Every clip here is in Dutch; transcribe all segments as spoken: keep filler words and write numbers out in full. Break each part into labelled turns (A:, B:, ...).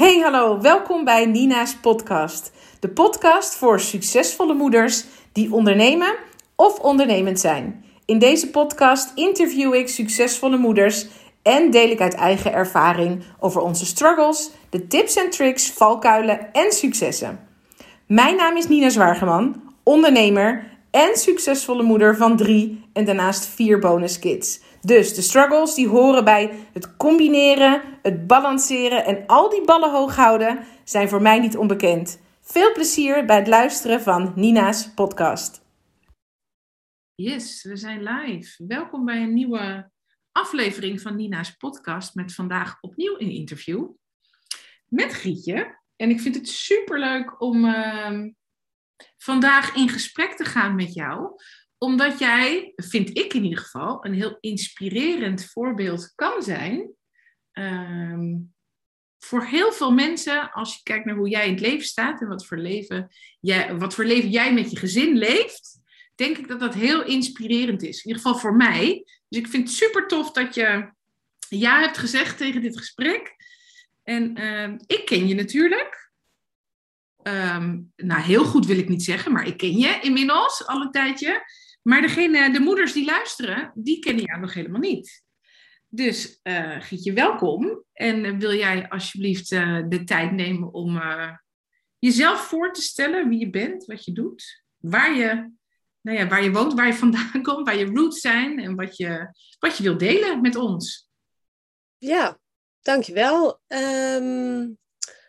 A: Hey hallo, welkom bij Nina's podcast. De podcast voor succesvolle moeders die ondernemen of ondernemend zijn. In deze podcast interview ik succesvolle moeders en deel ik uit eigen ervaring over onze struggles, de tips en tricks, valkuilen en successen. Mijn naam is Nina Zwaargeman, ondernemer en succesvolle moeder van drie en daarnaast vier bonuskids. Dus de struggles die horen bij het combineren, het balanceren en al die ballen hoog houden zijn voor mij niet onbekend. Veel plezier bij het luisteren van Nina's podcast.
B: Yes, we zijn live. Welkom bij een nieuwe aflevering van Nina's podcast met vandaag opnieuw een interview met Grietje. En ik vind het superleuk om uh, vandaag in gesprek te gaan met jou. Omdat jij, vind ik in ieder geval, een heel inspirerend voorbeeld kan zijn. Um, voor heel veel mensen, als je kijkt naar hoe jij in het leven staat en wat voor leven jij, wat voor leven jij met je gezin leeft, denk ik dat dat heel inspirerend is. In ieder geval voor mij. Dus ik vind het super tof dat je ja hebt gezegd tegen dit gesprek. En uh, ik ken je natuurlijk. Um, nou, heel goed wil ik niet zeggen, maar ik ken je inmiddels al een tijdje. Maar degene, de moeders die luisteren, die kennen jou nog helemaal niet. Dus uh, Gietje, welkom. En uh, wil jij alsjeblieft uh, de tijd nemen om uh, jezelf voor te stellen, wie je bent, wat je doet, waar je, nou ja, waar je woont, waar je vandaan komt, waar je roots zijn en wat je, wat je wilt delen met ons.
C: Ja, dankjewel. Um,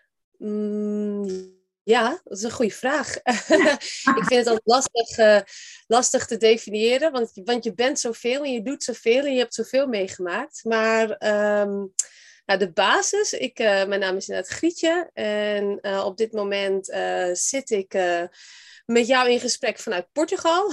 C: mm, ja, dat is een goede vraag. Ik vind het altijd lastig, uh, lastig te definiëren, want, want je bent zoveel en je doet zoveel en je hebt zoveel meegemaakt. Maar um, nou, de basis, ik, uh, mijn naam is inderdaad Grietje en uh, op dit moment uh, zit ik uh, met jou in gesprek vanuit Portugal.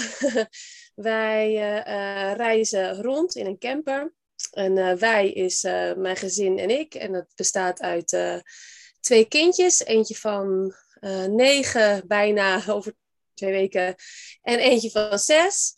C: Wij uh, uh, reizen rond in een camper. En uh, wij is uh, mijn gezin en ik. En dat bestaat uit uh, twee kindjes. Eentje van uh, negen, bijna over twee weken. En eentje van zes.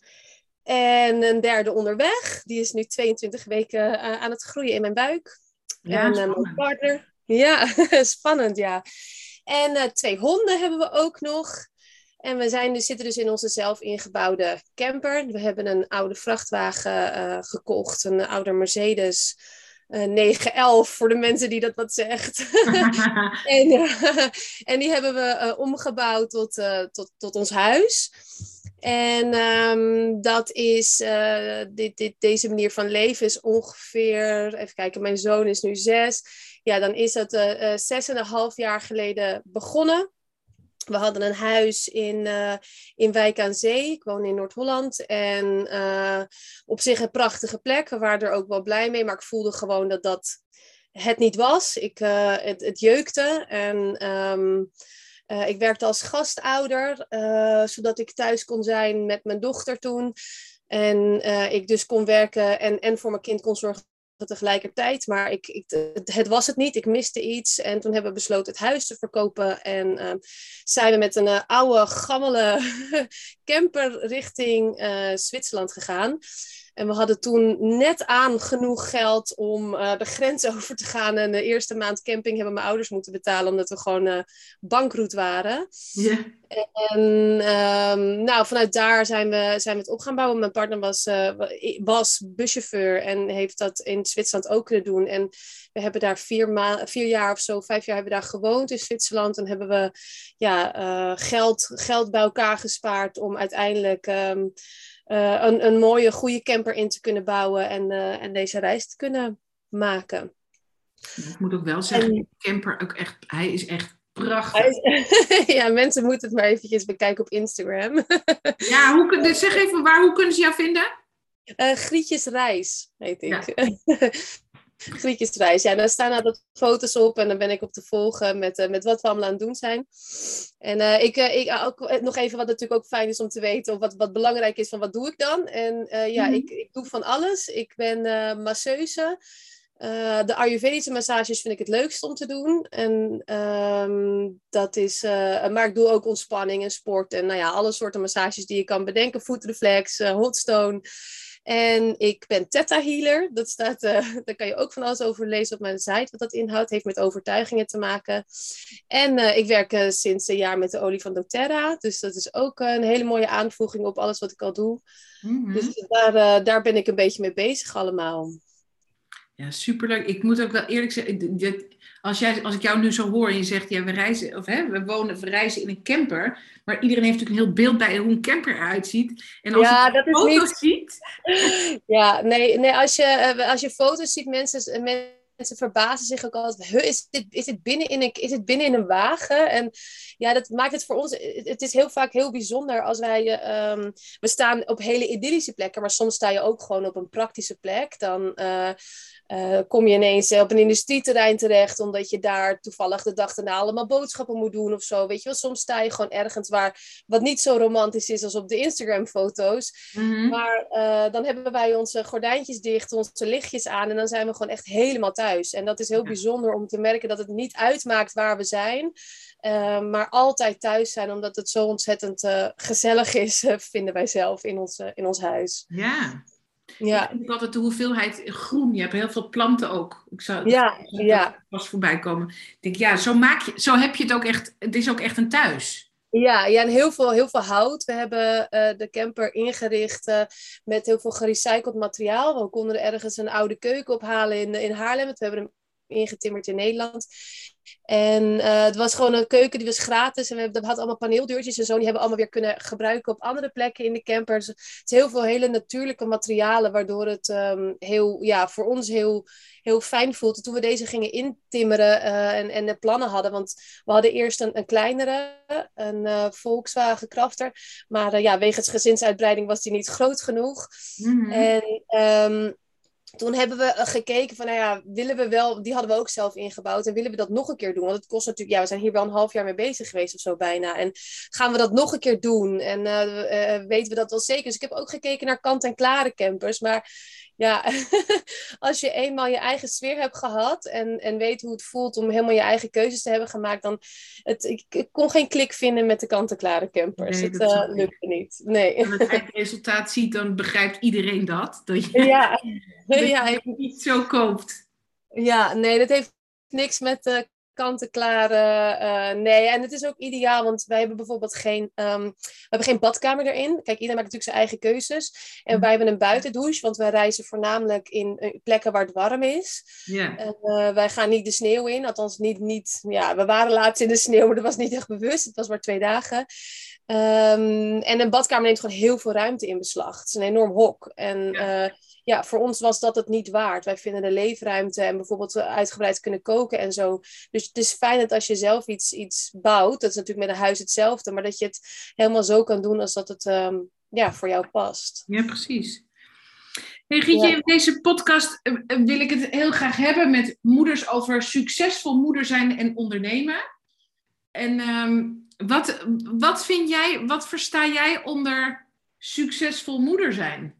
C: En een derde onderweg. Die is nu tweeëntwintig weken uh, aan het groeien in mijn buik.
B: Ja,
C: en uh, mijn partner. Ja, spannend, ja. En uh, twee honden hebben we ook nog. En we zijn dus, zitten dus in onze zelf ingebouwde camper. We hebben een oude vrachtwagen uh, gekocht. Een oude Mercedes uh, negen elf voor de mensen die dat wat zegt. en, uh, en die hebben we uh, omgebouwd tot, uh, tot, tot ons huis. En um, dat is, uh, dit, dit, deze manier van leven is ongeveer, even kijken, mijn zoon is nu zes. Ja, dan is dat uh, uh, zes en een half jaar geleden begonnen. We hadden een huis in, uh, in Wijk aan Zee. Ik woon in Noord-Holland. En uh, op zich een prachtige plek. We waren er ook wel blij mee. Maar ik voelde gewoon dat dat het niet was. Ik, uh, het, het jeukte. En um, uh, ik werkte als gastouder. Uh, zodat ik thuis kon zijn met mijn dochter toen. En uh, ik dus kon werken en, en voor mijn kind kon zorgen tegelijkertijd, maar ik, ik, het was het niet. Ik miste iets en toen hebben we besloten het huis te verkopen en uh, zijn we met een uh, oude, gammele camper richting uh, Zwitserland gegaan. En we hadden toen net aan genoeg geld om uh, de grens over te gaan. En de eerste maand camping hebben mijn ouders moeten betalen, omdat we gewoon uh, bankroet waren.
B: Yeah.
C: En um, nou, vanuit daar zijn we, zijn we het op gaan bouwen. Mijn partner was, uh, was buschauffeur en heeft dat in Zwitserland ook kunnen doen. En we hebben daar vier, ma- vier jaar of zo, vijf jaar hebben we daar gewoond in Zwitserland. En hebben we ja, uh, geld, geld bij elkaar gespaard om uiteindelijk Um, Uh, een, een mooie, goede camper in te kunnen bouwen en, uh, en deze reis te kunnen maken.
B: Ik moet ook wel zeggen, en, camper ook echt, hij is echt prachtig.
C: Is, ja, mensen moeten het maar eventjes bekijken op Instagram.
B: Ja, hoe, dus zeg even, waar, hoe kunnen ze jou vinden?
C: Uh, Grietjes Reis heet ik.
B: Ja.
C: Grietjes Reis. Ja, daar staan altijd foto's op en dan ben ik op te volgen met, uh, met wat we allemaal aan het doen zijn. En uh, ik, uh, ik ook, nog even wat natuurlijk ook fijn is om te weten, of wat, wat belangrijk is van wat doe ik dan. En uh, ja, mm-hmm. ik, ik doe van alles. Ik ben uh, masseuse. Uh, de Ayurvedische massages vind ik het leukst om te doen. En um, dat is, uh, maar ik doe ook ontspanning en sport en nou ja, alle soorten massages die je kan bedenken. Voetreflex, uh, hotstone. En ik ben Theta Healer. Dat staat, uh, daar kan je ook van alles over lezen op mijn site wat dat inhoudt. Heeft met overtuigingen te maken. En uh, ik werk uh, sinds een jaar met de olie van doTERRA. Dus dat is ook uh, een hele mooie aanvoeging op alles wat ik al doe. Mm-hmm. Dus daar, uh, daar ben ik een beetje mee bezig allemaal.
B: Ja, superleuk. Ik moet ook wel eerlijk zeggen, dit, als, jij, als ik jou nu zo hoor en je zegt, ja, we reizen, of hè, we wonen, we reizen in een camper, maar iedereen heeft natuurlijk een heel beeld bij hoe een camper eruit ziet. En als
C: ja,
B: je
C: dat
B: foto's
C: is niet...
B: ziet...
C: Ja, nee, nee als, je, als je foto's ziet, mensen, mensen verbazen zich ook altijd, huh, is dit, is dit binnen in een, is dit binnen in een wagen? En ja, dat maakt het voor ons, het is heel vaak heel bijzonder als wij, um, we staan op hele idyllische plekken, maar soms sta je ook gewoon op een praktische plek, dan... Uh, Uh, kom je ineens op een industrieterrein terecht, omdat je daar toevallig de dag daarna allemaal boodschappen moet doen of zo. Weet je wel, soms sta je gewoon ergens waar wat niet zo romantisch is als op de Instagram-foto's. Mm-hmm. Maar uh, dan hebben wij onze gordijntjes dicht, onze lichtjes aan en dan zijn we gewoon echt helemaal thuis. En dat is heel ja. bijzonder om te merken dat het niet uitmaakt waar we zijn, uh, maar altijd thuis zijn, omdat het zo ontzettend uh, gezellig is, uh, vinden wij zelf in ons, uh, in ons huis.
B: Ja.
C: Ja.
B: Ik heb altijd de hoeveelheid groen. Je hebt heel veel planten ook. Ik zou
C: ja,
B: dat
C: ja.
B: pas voorbij komen. Ik denk, ja, zo, maak je, zo heb je het ook echt. Het is ook echt een thuis.
C: Ja, ja en heel veel, heel veel hout. We hebben uh, de camper ingericht uh, met heel veel gerecycled materiaal. We konden er ergens een oude keuken ophalen in, in Haarlem. We hebben hem ingetimmerd in Nederland. En uh, het was gewoon een keuken die was gratis. En we hebben, dat had allemaal paneeldeurtjes en zo. Die hebben we allemaal weer kunnen gebruiken op andere plekken in de camper. Dus het is heel veel hele natuurlijke materialen. Waardoor het um, heel, ja, voor ons heel, heel fijn voelt. Toen we deze gingen intimmeren uh, en, en de plannen hadden. Want we hadden eerst een, een kleinere. Een uh, Volkswagen Crafter. Maar uh, ja, wegens gezinsuitbreiding was die niet groot genoeg. Mm-hmm. En... Um, Toen hebben we gekeken van, nou ja, willen we wel, die hadden we ook zelf ingebouwd. En willen we dat nog een keer doen? Want het kost natuurlijk, ja, we zijn hier wel een half jaar mee bezig geweest of zo bijna. En gaan we dat nog een keer doen? En uh, uh, weten we dat wel zeker? Dus ik heb ook gekeken naar kant-en-klare campers. Maar ja, als je eenmaal je eigen sfeer hebt gehad en, en weet hoe het voelt om helemaal je eigen keuzes te hebben gemaakt, dan, het, ik, ik kon geen klik vinden met de kant-en-klare campers. Nee, het uh, lukte niet. Nee.
B: Als het eindresultaat ziet, dan begrijpt iedereen dat. Dat je,
C: ja.
B: dat je
C: ja,
B: het niet zo koopt.
C: Ja, nee, dat heeft niks met uh, kant-en-klare. Uh, nee, en het is ook ideaal, want wij hebben bijvoorbeeld geen, um, we hebben geen badkamer erin. Kijk, iedereen maakt natuurlijk zijn eigen keuzes. En wij hebben een buitendouche, want wij reizen voornamelijk in uh, plekken waar het warm is.
B: Yeah.
C: En uh, wij gaan niet de sneeuw in, althans niet, niet, ja, we waren laatst in de sneeuw, maar dat was niet echt bewust. Het was maar twee dagen. Um, en een badkamer neemt gewoon heel veel ruimte in beslag. Het is een enorm hok. En ja. Uh, ja, voor ons was dat het niet waard. Wij vinden de leefruimte en bijvoorbeeld uitgebreid kunnen koken en zo. Dus het is fijn dat als je zelf iets, iets bouwt, dat is natuurlijk met een huis hetzelfde, maar dat je het helemaal zo kan doen als dat het um, ja, voor jou past.
B: Ja, precies. Hey Gietje, ja. In deze podcast uh, wil ik het heel graag hebben met moeders over succesvol moeder zijn en ondernemen. En um, wat, wat vind jij, wat versta jij onder succesvol moeder zijn?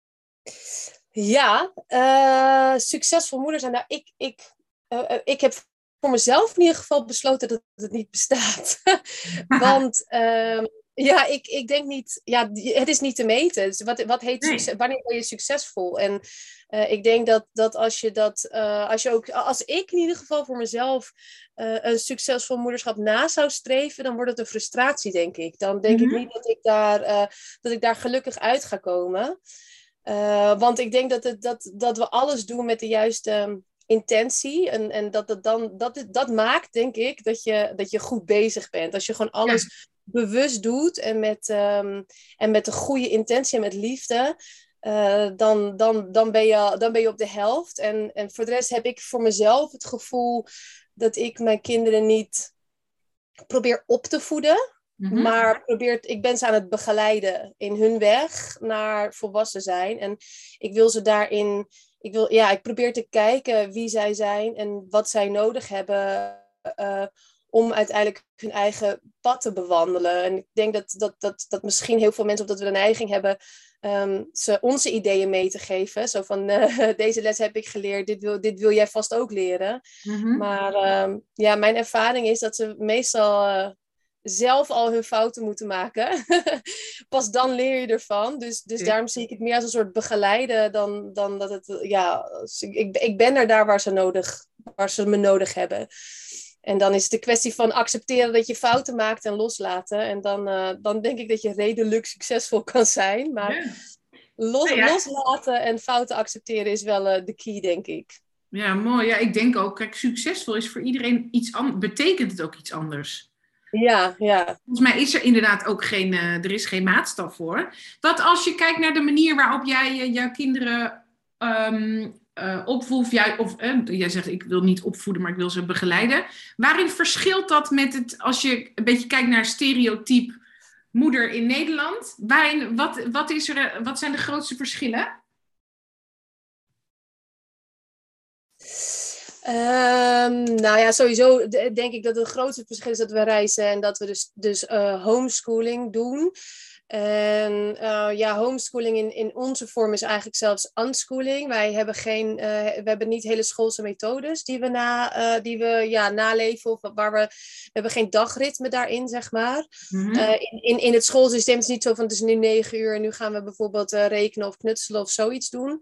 C: Ja, uh, succesvol moeder zijn. Nou, ik, ik, uh, ik heb voor mezelf in ieder geval besloten dat het niet bestaat. Want uh, ja, ik, ik denk niet, ja, het is niet te meten. Dus wat, wat heet
B: nee.
C: succes, wanneer ben je succesvol? En uh, ik denk dat, dat als je dat, uh, als je ook, als ik in ieder geval voor mezelf uh, een succesvol moederschap na zou streven, dan wordt het een frustratie, denk ik. Dan denk mm-hmm. ik niet dat ik daar, uh, dat ik daar gelukkig uit ga komen. Uh, want ik denk dat, het, dat, dat we alles doen met de juiste intentie. En, en dat, het dan, dat, het, dat maakt, denk ik, dat je, dat je goed bezig bent. Als je gewoon alles ja. bewust doet en met, um, en met een goede intentie en met liefde, uh, dan, dan, dan, ben je, dan ben je op de helft. En, en voor de rest heb ik voor mezelf het gevoel dat ik mijn kinderen niet probeer op te voeden. Mm-hmm. Maar probeert, ik ben ze aan het begeleiden in hun weg naar volwassen zijn. En ik wil ze daarin, ik, wil, ja, ik probeer te kijken wie zij zijn en wat zij nodig hebben uh, om uiteindelijk hun eigen pad te bewandelen. En ik denk dat, dat, dat, dat misschien heel veel mensen, omdat we de neiging hebben, um, ze onze ideeën mee te geven. Zo van, uh, deze les heb ik geleerd, dit wil, dit wil jij vast ook leren. Mm-hmm. Maar um, ja, mijn ervaring is dat ze meestal... Uh, zelf al hun fouten moeten maken. Pas dan leer je ervan. Dus, dus
B: Ja.
C: daarom zie ik het meer als een soort begeleiden dan, dan dat het, ja, ik, ik ben er daar waar ze, nodig, waar ze me nodig hebben. En dan is het een kwestie van accepteren dat je fouten maakt en loslaten. En dan, uh, dan denk ik dat je redelijk succesvol kan zijn. Maar
B: Ja.
C: los,
B: Ja, ja.
C: loslaten en fouten accepteren is wel uh, de key, denk ik.
B: Ja, mooi. Ja, ik denk ook, kijk, succesvol is voor iedereen iets anders. Betekent het ook iets anders?
C: Ja, ja.
B: Volgens mij is er inderdaad ook geen, uh, er is geen maatstaf voor. Wat als je kijkt naar de manier waarop jij uh, jouw kinderen um, uh, opvoedt, jij, of uh, jij zegt ik wil niet opvoeden, maar ik wil ze begeleiden. Waarin verschilt dat met het, als je een beetje kijkt naar stereotype moeder in Nederland? Waarin, wat, wat, is er, wat zijn de grootste verschillen?
C: Um, nou ja, sowieso denk ik dat het grootste verschil is dat we reizen en dat we dus, dus uh, homeschooling doen. En uh, ja, homeschooling in, in onze vorm is eigenlijk zelfs unschooling. Wij hebben, geen, uh, we hebben niet hele schoolse methodes die we, na, uh, die we ja, naleven. Of waar we, we hebben geen dagritme daarin, zeg maar. Mm-hmm. Uh, in, in, in het schoolsysteem is het niet zo van het is nu negen uur en nu gaan we bijvoorbeeld uh, rekenen of knutselen of zoiets doen.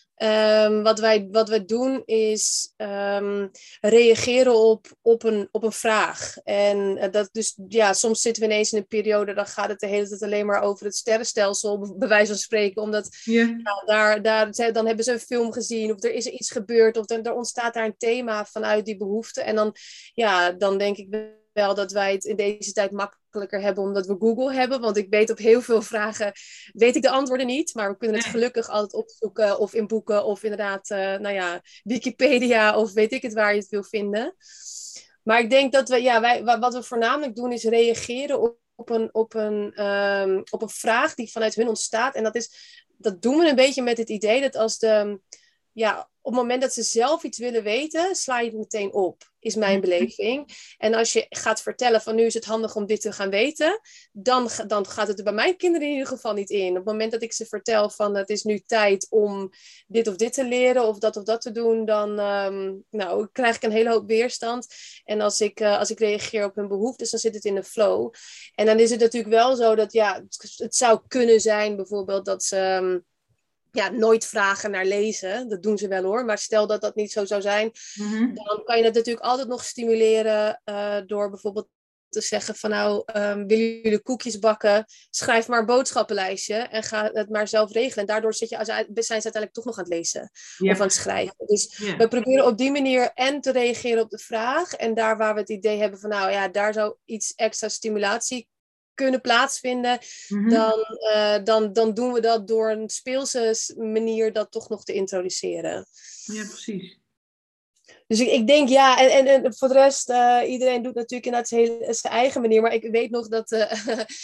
C: Um, wat, wij, wat we doen is um, reageren op, op, een, op een vraag. En uh, dat dus, ja, soms zitten we ineens in een periode, dan gaat het de hele tijd alleen maar over het sterrenstelsel, bij wijze van spreken. Omdat yeah. ja, daar, daar, dan hebben ze een film gezien, of er is er iets gebeurd, of er, er ontstaat daar een thema vanuit die behoefte. En dan, ja, dan denk ik wel dat wij het in deze tijd makkelijker hebben omdat we Google hebben. Want ik weet op heel veel vragen, weet ik de antwoorden niet. Maar we kunnen het gelukkig altijd opzoeken of in boeken of inderdaad, uh, nou ja, Wikipedia of weet ik het waar je het wil vinden. Maar ik denk dat we, ja, wij, wat we voornamelijk doen is reageren op, op, een, op, een, um, op een vraag die vanuit hun ontstaat. En dat is, dat doen we een beetje met het idee dat als de, ja, op het moment dat ze zelf iets willen weten, sla je het meteen op, is mijn beleving. En als je gaat vertellen van nu is het handig om dit te gaan weten, dan, dan gaat het er bij mijn kinderen in ieder geval niet in. Op het moment dat ik ze vertel van het is nu tijd om dit of dit te leren of dat of dat te doen, dan um, nou, krijg ik een hele hoop weerstand. En als ik, uh, als ik reageer op hun behoeftes, dan zit het in de flow. En dan is het natuurlijk wel zo dat ja, het, het zou kunnen zijn bijvoorbeeld dat ze Um, ja, nooit vragen naar lezen. Dat doen ze wel hoor. Maar stel dat dat niet zo zou zijn. Mm-hmm. Dan kan je het natuurlijk altijd nog stimuleren. Uh, door bijvoorbeeld te zeggen van nou, um, willen jullie koekjes bakken? Schrijf maar een boodschappenlijstje. En ga het maar zelf regelen. En daardoor zit je, zijn ze uiteindelijk toch nog aan het lezen. Yeah. Of aan het schrijven. Dus yeah. we proberen op die manier en te reageren op de vraag. En daar waar we het idee hebben van nou ja, daar zou iets extra stimulatie kunnen plaatsvinden, mm-hmm. dan, uh, dan, dan doen we dat door een speelse manier dat toch nog te introduceren.
B: Ja, precies.
C: Dus ik, ik denk ja, en, en, en voor de rest, uh, iedereen doet natuurlijk inderdaad zijn, zijn eigen manier, maar ik weet nog dat uh,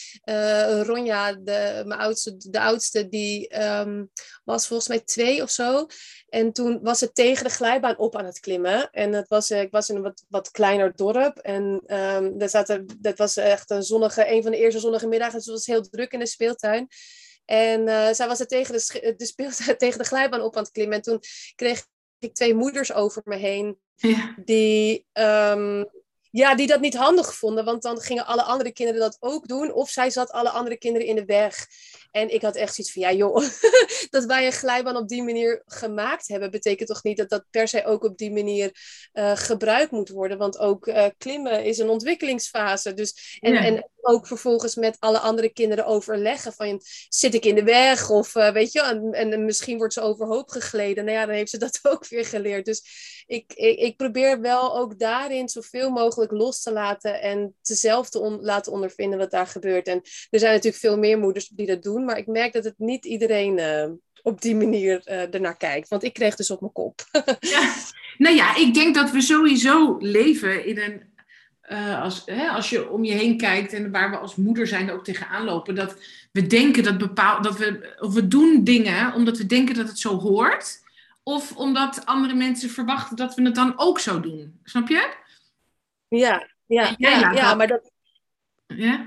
C: uh, Ronja, de, mijn oudste, de oudste, die um, was volgens mij twee of zo. En toen was ze tegen de glijbaan op aan het klimmen. En het was, ik was in een wat, wat kleiner dorp. En um, daar zaten, dat was echt een zonnige, een van de eerste zonnige middagen. Dus het was heel druk in de speeltuin. En uh, zij was er tegen de, de speeltuin, tegen de glijbaan op aan het klimmen. En toen kreeg ik twee moeders over me heen. Ja. Die, um, ja, die dat niet handig vonden. Want dan gingen alle andere kinderen dat ook doen. Of zij zat alle andere kinderen in de weg. En ik had echt zoiets van, ja joh, dat wij een glijbaan op die manier gemaakt hebben, betekent toch niet dat dat per se ook op die manier uh, gebruikt moet worden. Want ook uh, klimmen is een ontwikkelingsfase. Dus, en, ja. en ook vervolgens met alle andere kinderen overleggen van, zit ik in de weg? Of uh, weet je, en, en misschien wordt ze overhoop gegleden. Nou ja, dan heeft ze dat ook weer geleerd. Dus ik, ik, ik probeer wel ook daarin zoveel mogelijk los te laten en zelf te on- laten ondervinden wat daar gebeurt. En er zijn natuurlijk veel meer moeders die dat doen. Maar ik merk dat het niet iedereen uh, op die manier uh, ernaar kijkt. Want ik kreeg dus op mijn kop.
B: Ja. Nou ja, ik denk dat we sowieso leven in een... Uh, als, hè, als je om je heen kijkt en waar we als moeder zijn ook tegenaan lopen. Dat we denken dat bepaal, dat we... Of we doen dingen omdat we denken dat het zo hoort. Of omdat andere mensen verwachten dat we het dan ook zo doen. Snap je?
C: Ja, ja, ja, ja maar dat...
B: Ja?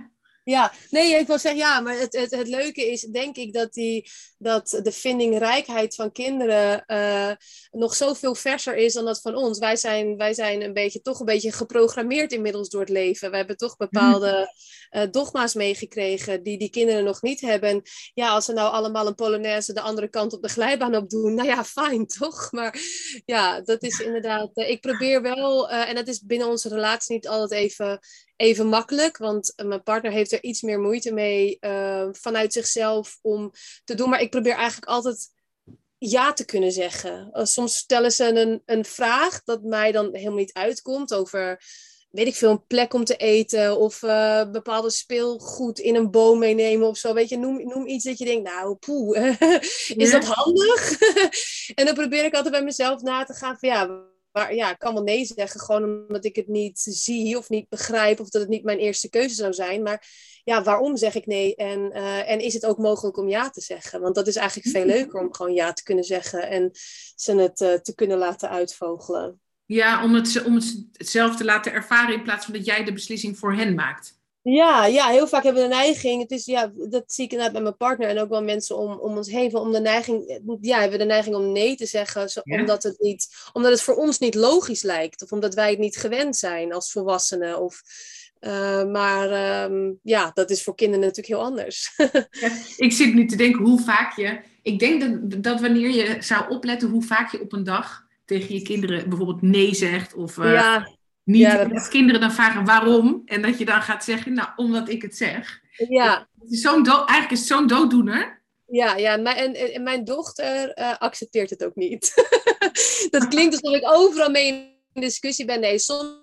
C: Ja, nee, ik wil zeggen, ja, maar het, het, het leuke is, denk ik, dat, die, dat de vindingrijkheid van kinderen uh, nog zoveel verser is dan dat van ons. Wij zijn, wij zijn een beetje, toch een beetje geprogrammeerd inmiddels door het leven. We hebben toch bepaalde uh, dogma's meegekregen die die kinderen nog niet hebben. En ja, als ze nou allemaal een Polonaise de andere kant op de glijbaan op doen, nou ja, fijn, toch? Maar ja, dat is inderdaad, uh, ik probeer wel, uh, en dat is binnen onze relatie niet altijd even... even makkelijk, want mijn partner heeft er iets meer moeite mee uh, vanuit zichzelf om te doen. Maar ik probeer eigenlijk altijd ja te kunnen zeggen. Uh, soms stellen ze een, een vraag dat mij dan helemaal niet uitkomt over, weet ik veel, een plek om te eten of uh, bepaalde speelgoed in een boom meenemen of zo. Weet je, noem, noem iets dat je denkt, nou, poeh, is
B: Ja.
C: dat handig? En dan probeer ik altijd bij mezelf na te gaan van ja, maar ja, ik kan wel nee zeggen, gewoon omdat ik het niet zie of niet begrijp of dat het niet mijn eerste keuze zou zijn. Maar ja, waarom zeg ik nee? En, uh, en is het ook mogelijk om ja te zeggen? Want dat is eigenlijk veel leuker om gewoon ja te kunnen zeggen en ze het uh, te kunnen laten uitvogelen.
B: Ja, om het, om het zelf te laten ervaren in plaats van dat jij de beslissing voor hen maakt.
C: Ja, ja, heel vaak hebben we de neiging, het is, ja, dat zie ik inderdaad bij mijn partner en ook wel mensen om, om ons heen, van om de neiging, ja, hebben we de neiging om nee te zeggen, zo,
B: Ja.
C: omdat, het niet, omdat het voor ons niet logisch lijkt, of omdat wij het niet gewend zijn als volwassenen. Of, uh, maar um, ja, dat is voor kinderen natuurlijk heel anders.
B: Ja, ik zit nu te denken hoe vaak je, ik denk dat, dat wanneer je zou opletten hoe vaak je op een dag tegen je kinderen bijvoorbeeld nee zegt, of... Uh,
C: ja.
B: Niet
C: Ja,
B: dat kinderen dan vragen waarom. En dat je dan gaat zeggen, nou, omdat ik het zeg.
C: Ja.
B: Het is zo'n dood, eigenlijk is het zo'n dooddoener.
C: Ja, ja mijn, en, en mijn dochter uh, accepteert het ook niet. Dat klinkt alsof ik overal mee in discussie ben. Nee, soms...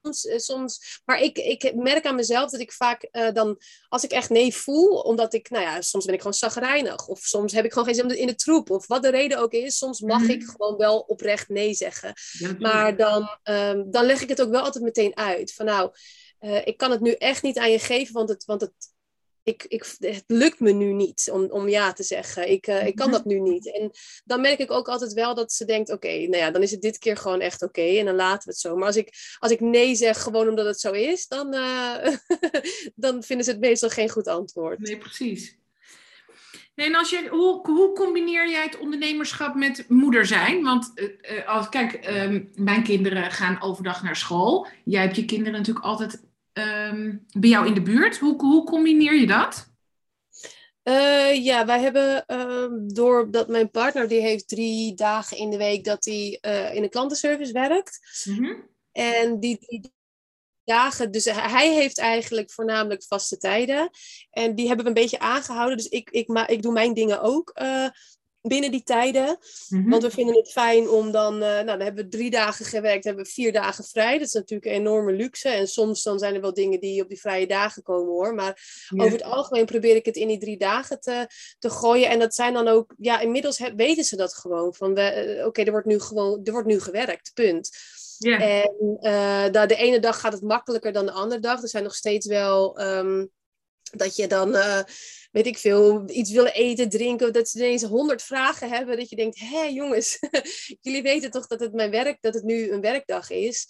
C: soms maar ik, ik merk aan mezelf dat ik vaak uh, dan... Als ik echt nee voel, omdat ik... Nou ja, soms ben ik gewoon chagrijnig. Of soms heb ik gewoon geen zin in de troep. Of wat de reden ook is. Soms mag mm. ik gewoon wel oprecht nee zeggen. Ja, maar dan, um, dan leg ik het ook wel altijd meteen uit. Van nou, uh, ik kan het nu echt niet aan je geven. Want het... Want het Ik, ik, het lukt me nu niet om, om ja te zeggen. Ik, uh, ik kan dat nu niet. En dan merk ik ook altijd wel dat ze denkt... Oké, okay, nou ja, dan is het dit keer gewoon echt oké. Okay, en dan laten we het zo. Maar als ik, als ik nee zeg gewoon omdat het zo is... Dan, uh, dan vinden ze het meestal geen goed antwoord.
B: Nee, precies. Nee, en als je, hoe, hoe combineer jij het ondernemerschap met moeder zijn? Want uh, als, kijk, um, mijn kinderen gaan overdag naar school. Jij hebt je kinderen natuurlijk altijd... Um, bij jou in de buurt. Hoe, hoe combineer je dat?
C: Uh, ja, wij hebben, uh, doordat mijn partner, die heeft drie dagen in de week dat hij uh, in de klantenservice werkt. Mm-hmm. En die, die dagen, dus hij heeft eigenlijk voornamelijk vaste tijden. En die hebben we een beetje aangehouden. Dus ik, ik, ma- ik doe mijn dingen ook uh, binnen die tijden. Mm-hmm. Want we vinden het fijn om dan... Uh, nou, dan hebben we drie dagen gewerkt, hebben we vier dagen vrij. Dat is natuurlijk een enorme luxe. En soms dan zijn er wel dingen die op die vrije dagen komen, hoor. Maar ja. Over het algemeen probeer ik het in die drie dagen te, te gooien. En dat zijn dan ook... Ja, inmiddels he, weten ze dat gewoon. Van, uh, oké, okay, er wordt nu gewoon... Er wordt nu gewerkt, punt. Yeah. En uh, de, de ene dag gaat het makkelijker dan de andere dag. Er zijn nog steeds wel... Um, dat je dan... Uh, weet ik veel, iets willen eten, drinken, dat ze ineens honderd vragen hebben, dat je denkt, hé jongens, jullie weten toch dat het mijn werk, dat het nu een werkdag is.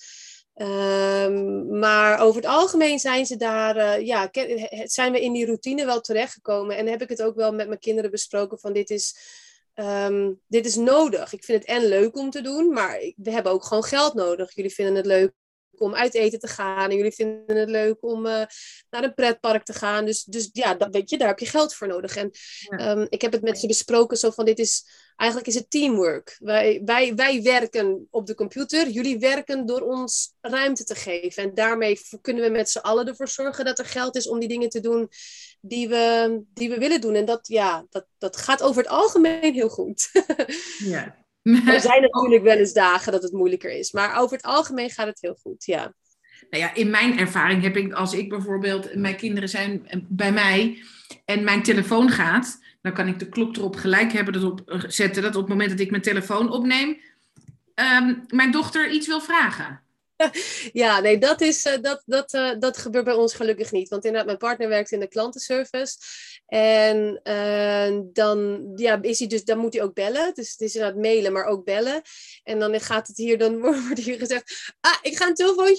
C: Um, maar over het algemeen zijn ze daar, uh, ja, zijn we in die routine wel terechtgekomen. En heb ik het ook wel met mijn kinderen besproken van dit is, um, dit is nodig. Ik vind het en leuk om te doen, maar we hebben ook gewoon geld nodig. Jullie vinden het leuk om uit eten te gaan. En jullie vinden het leuk om uh, naar een pretpark te gaan. Dus, dus ja, dat, weet je, daar heb je geld voor nodig. En ja. um, ik heb het met ze besproken zo van, dit is, eigenlijk is het teamwork. Wij, wij, wij werken op de computer. Jullie werken door ons ruimte te geven. En daarmee kunnen we met z'n allen ervoor zorgen dat er geld is om die dingen te doen die we, die we willen doen. En dat, ja, dat, dat gaat over het algemeen heel goed. Ja. Er zijn natuurlijk wel eens dagen dat het moeilijker is. Maar over het algemeen gaat het heel goed, ja.
B: Nou ja, in mijn ervaring heb ik, als ik bijvoorbeeld... Mijn kinderen zijn bij mij en mijn telefoon gaat... Dan kan ik de klok erop gelijk hebben dat op, zetten... dat op het moment dat ik mijn telefoon opneem... Um, mijn dochter iets wil vragen.
C: Ja, nee, dat, is, uh, dat, dat, uh, dat gebeurt bij ons gelukkig niet. Want inderdaad, mijn partner werkt in de klantenservice. En uh, dan, ja, is hij dus, dan moet hij ook bellen. Dus het is inderdaad mailen, maar ook bellen. En dan gaat het hier, dan wordt hier gezegd... Ah, ik ga een telefoontje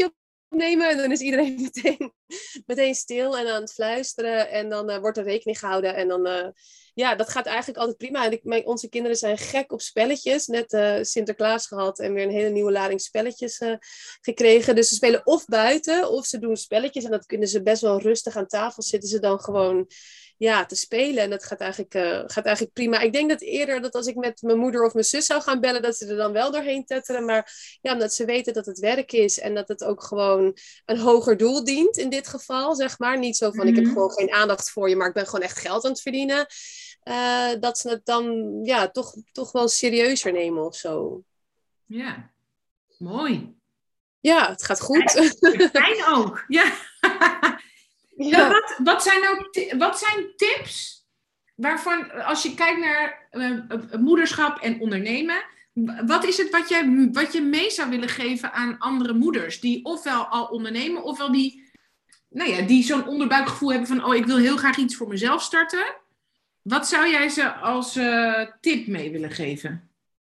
C: opnemen. En dan is iedereen meteen, meteen stil en aan het fluisteren. En dan uh, wordt er rekening gehouden. En dan, uh, ja, dat gaat eigenlijk altijd prima. En ik, mijn, onze kinderen zijn gek op spelletjes. Net uh, Sinterklaas gehad en weer een hele nieuwe lading spelletjes uh, gekregen. Dus ze spelen of buiten of ze doen spelletjes. En dat kunnen ze best wel rustig aan tafel zitten ze dan gewoon... Ja, te spelen. En dat gaat eigenlijk, uh, gaat eigenlijk prima. Ik denk dat eerder dat als ik met mijn moeder of mijn zus zou gaan bellen, dat ze er dan wel doorheen tetteren. Maar ja, omdat ze weten dat het werk is en dat het ook gewoon een hoger doel dient in dit geval, zeg maar. Niet zo van, mm-hmm. ik heb gewoon geen aandacht voor je, maar ik ben gewoon echt geld aan het verdienen. Uh, dat ze het dan ja, toch, toch wel serieuzer nemen of zo.
B: Ja, mooi.
C: Ja, het gaat goed.
B: Fijn ook, ja. Ja. Wat, wat, zijn nou t- wat zijn tips waarvan, als je kijkt naar uh, moederschap en ondernemen, wat is het wat je, wat je mee zou willen geven aan andere moeders die ofwel al ondernemen, ofwel die, nou ja, die zo'n onderbuikgevoel hebben van, oh, ik wil heel graag iets voor mezelf starten. Wat zou jij ze als uh, tip mee willen geven?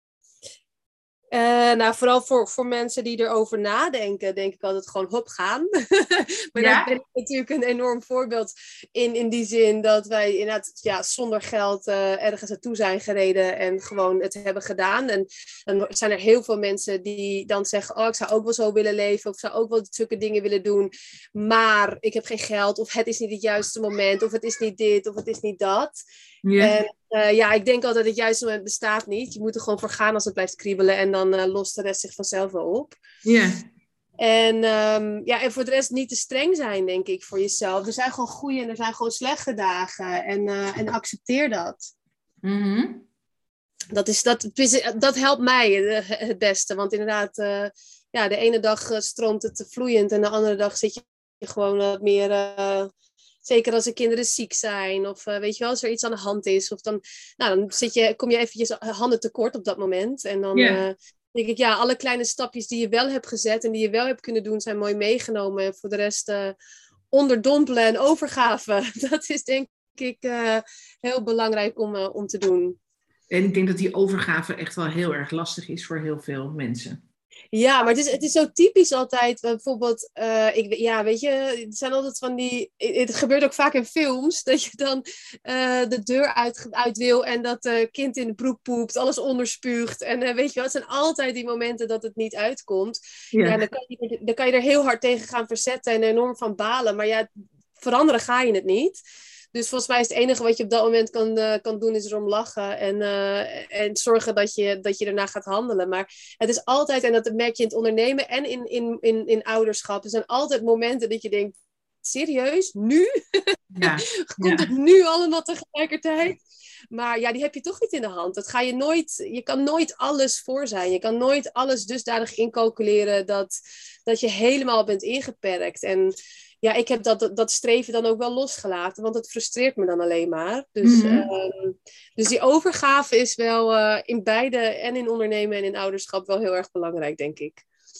C: Uh, nou, vooral voor, voor mensen die erover nadenken, denk ik altijd gewoon hop gaan. Maar ja? Daar ben ik natuurlijk een enorm voorbeeld in, in die zin dat wij inderdaad ja, zonder geld uh, ergens naartoe zijn gereden en gewoon het hebben gedaan. En dan zijn er heel veel mensen die dan zeggen, oh, ik zou ook wel zo willen leven, of ik zou ook wel zulke dingen willen doen, maar ik heb geen geld, of het is niet het juiste moment, of het is niet dit, of het is niet dat. Yeah. En uh, ja, ik denk altijd dat het juiste moment bestaat niet. Je moet er gewoon voor gaan als het blijft kriebelen en dan uh, lost de rest zich vanzelf wel op.
B: Ja. Yeah.
C: En, um, ja, en voor de rest niet te streng zijn, denk ik, voor jezelf. Er zijn gewoon goede en er zijn gewoon slechte dagen. En, uh, en accepteer dat.
B: Mm-hmm.
C: Dat, is, dat, dat helpt mij het beste. Want inderdaad, uh, ja, de ene dag uh, stroomt het vloeiend en de andere dag zit je gewoon wat meer... Uh, Zeker als de kinderen ziek zijn of uh, weet je wel, als er iets aan de hand is. Of dan, nou, dan zit je, kom je eventjes handen tekort op dat moment. En dan yeah. uh, denk ik, ja, alle kleine stapjes die je wel hebt gezet en die je wel hebt kunnen doen, zijn mooi meegenomen. En voor de rest uh, onderdompelen en overgaven. Dat is denk ik uh, heel belangrijk om, uh, om te doen.
B: En ik denk dat die overgave echt wel heel erg lastig is voor heel veel mensen.
C: Ja, maar het is, het is zo typisch altijd. Bijvoorbeeld, uh, ik, ja, weet je, het zijn altijd van die... Het gebeurt ook vaak in films, dat je dan uh, de deur uit, uit wil en dat het uh, kind in de broek poept, alles onderspuugt. En uh, weet je wel, het zijn altijd die momenten dat het niet uitkomt. Ja. Ja, dan, kan je, dan kan je er heel hard tegen gaan verzetten en enorm van balen. Maar ja, veranderen ga je het niet. Dus volgens mij is het enige wat je op dat moment kan, uh, kan doen, is erom lachen. En, uh, en zorgen dat je, dat je daarna gaat handelen. Maar het is altijd, en dat merk je in het ondernemen en in, in, in, in ouderschap. Er zijn altijd momenten dat je denkt, serieus? Nu?
B: Ja.
C: Komt
B: ja.
C: het nu allemaal tegelijkertijd? Maar ja, die heb je toch niet in de hand. Dat ga je nooit, je kan nooit alles voor zijn. Je kan nooit alles dusdanig incalculeren dat, dat je helemaal bent ingeperkt. En ja, ik heb dat, dat streven dan ook wel losgelaten, want het frustreert me dan alleen maar. Dus, mm-hmm. uh, dus die overgave is wel uh, in beide, en in ondernemen en in ouderschap, wel heel erg belangrijk, denk ik.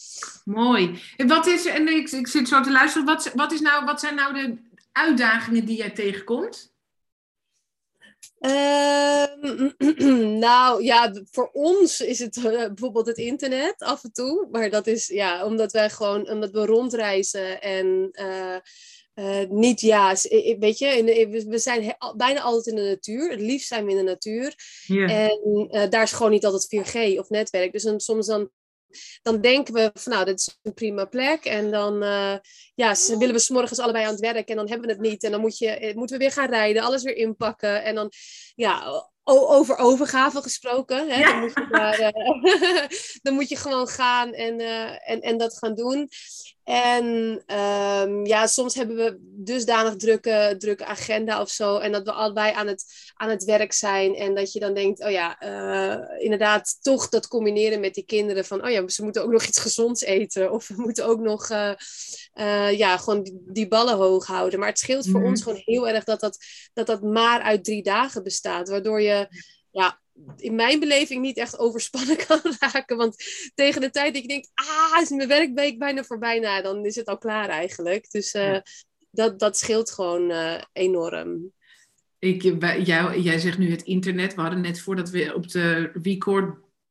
B: Mooi. En wat is, en ik, ik zit zo te luisteren, wat, wat, is nou, wat zijn nou de uitdagingen die jij tegenkomt?
C: Uh, nou ja, voor ons is het uh, bijvoorbeeld het internet af en toe. Maar dat is ja, omdat wij gewoon, omdat we rondreizen en uh, uh, niet, ja, weet je, we zijn he- bijna altijd in de natuur. Het liefst zijn we in de natuur. Yeah. En uh, daar is gewoon niet altijd vier G of netwerk. Dus dan, soms dan... Dan denken we van nou, dit is een prima plek. En dan uh, ja, willen we 's morgens allebei aan het werk. En dan hebben we het niet. En dan moet je, moeten we weer gaan rijden. Alles weer inpakken. En dan, ja, over overgave gesproken. Hè, ja. dan, moet je daar, uh, dan moet je gewoon gaan en, uh, en, en dat gaan doen. En um, ja, soms hebben we dusdanig drukke, drukke agenda of zo. En dat we allebei aan het, aan het werk zijn. En dat je dan denkt, oh ja, uh, inderdaad toch dat combineren met die kinderen. Van, oh ja, ze moeten ook nog iets gezonds eten. Of we moeten ook nog, uh, uh, ja, gewoon die, die ballen hoog houden. Maar het scheelt voor mm-hmm. ons gewoon heel erg dat dat, dat dat maar uit drie dagen bestaat. Waardoor je, ja... in mijn beleving niet echt overspannen kan raken. Want tegen de tijd dat je denkt, ah, is mijn werkweek bijna voorbij, nou, dan is het al klaar eigenlijk. Dus uh, ja. dat, dat scheelt gewoon uh, enorm.
B: Ik, jij, jij zegt nu het internet. We hadden net voordat we op de record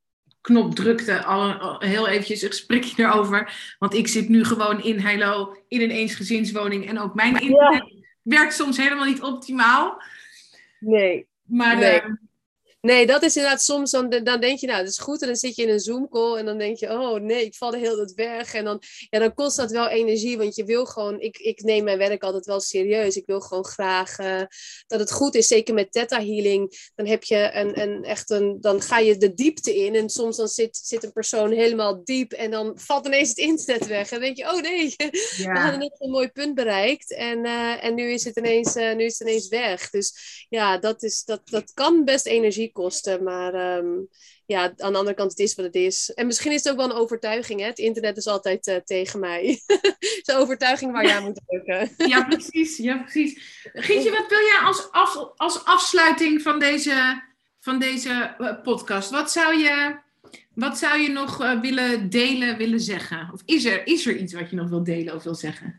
B: knop drukte, al, al heel eventjes een gesprekje erover. Want ik zit nu gewoon in Heilo, in een eensgezinswoning. En ook mijn internet ja. werkt soms helemaal niet optimaal.
C: Nee.
B: Maar...
C: Nee.
B: Uh,
C: Nee, dat is inderdaad soms, dan, dan denk je, nou, dat is goed. En dan zit je in een Zoom-call en dan denk je, oh nee, ik val de hele tijd weg. En dan, ja, dan kost dat wel energie, want je wil gewoon, ik, ik neem mijn werk altijd wel serieus. Ik wil gewoon graag uh, dat het goed is, zeker met Theta Healing. Dan heb je een, een, echt een, dan ga je de diepte in en soms dan zit, zit een persoon helemaal diep en dan valt ineens het internet weg. En dan denk je, oh nee, ja. we hadden net een mooi punt bereikt en, uh, en nu, is het ineens, uh, nu is het ineens weg. Dus ja, dat, is, dat, dat kan best energie kosten, maar um, ja, aan de andere kant, het is wat het is. En misschien is het ook wel een overtuiging, hè? Het internet is altijd uh, tegen mij. Het is een overtuiging waar je aan moet drukken.
B: Ja, precies. Ja, precies. Gietje, wat wil jij als, af, als afsluiting van deze, van deze uh, podcast? Wat zou je, wat zou je nog uh, willen delen, willen zeggen? Of is er, is er iets wat je nog wil delen of wil zeggen?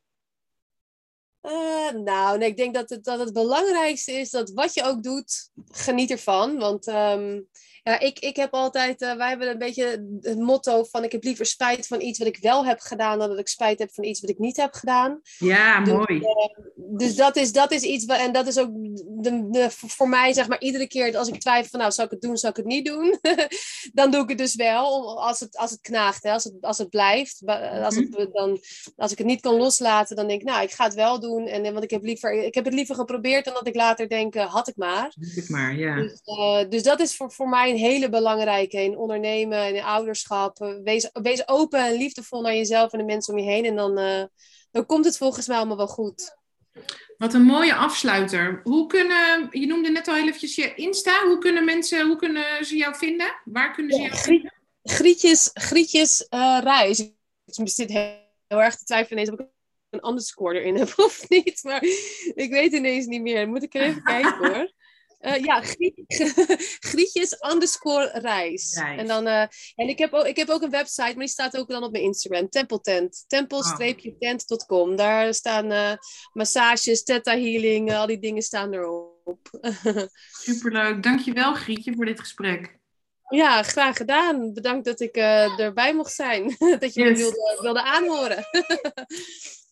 C: Uh, nou, nee, ik denk dat het, dat het belangrijkste is dat wat je ook doet, geniet ervan. Want um, ja, ik, ik heb altijd, uh, wij hebben een beetje het motto van ik heb liever spijt van iets wat ik wel heb gedaan dan dat ik spijt heb van iets wat ik niet heb gedaan.
B: Ja,
C: dus,
B: mooi.
C: Uh, dus dat is, dat is iets, en dat is ook de, de, voor mij zeg maar iedere keer als ik twijfel van nou, zou ik het doen, zou ik het niet doen? Dan doe ik het dus wel, als het, als het knaagt, hè, als, het, als het blijft. Als, het, dan, als ik het niet kan loslaten, dan denk ik nou, ik ga het wel doen. En, want ik heb, liever, ik heb het liever geprobeerd dan dat ik later denk, uh, had ik maar.
B: Had ik maar, ja.
C: Dus, uh, dus dat is voor, voor mij een hele belangrijke in ondernemen, in ouderschap. Uh, wees, wees open en liefdevol naar jezelf en de mensen om je heen. En dan, uh, dan komt het volgens mij allemaal wel goed.
B: Wat een mooie afsluiter. Hoe kunnen, je noemde net al heel eventjes je Insta. Hoe kunnen mensen, hoe kunnen ze jou vinden? Waar kunnen ze
C: ja,
B: jou
C: griet,
B: vinden?
C: Grietjes, Grietjes uh, Reis. Ik zit heel, heel erg te twijfelen ineens of ik een underscore erin heb of niet. Maar ik weet ineens niet meer. Moet ik er even kijken hoor. Uh, ja, Griet, Grietjes underscore reis.
B: reis.
C: En, dan, uh, en ik, heb ook, ik heb ook een website, maar die staat ook dan op mijn Instagram. Tempeltent. Tempel-tent dot com. Oh. Daar staan uh, massages, theta healing, uh, al die dingen staan erop.
B: Superleuk. Dankjewel Grietje voor dit gesprek.
C: Ja, graag gedaan. Bedankt dat ik uh, erbij mocht zijn. Dat je yes. me wilde, wilde aanhoren.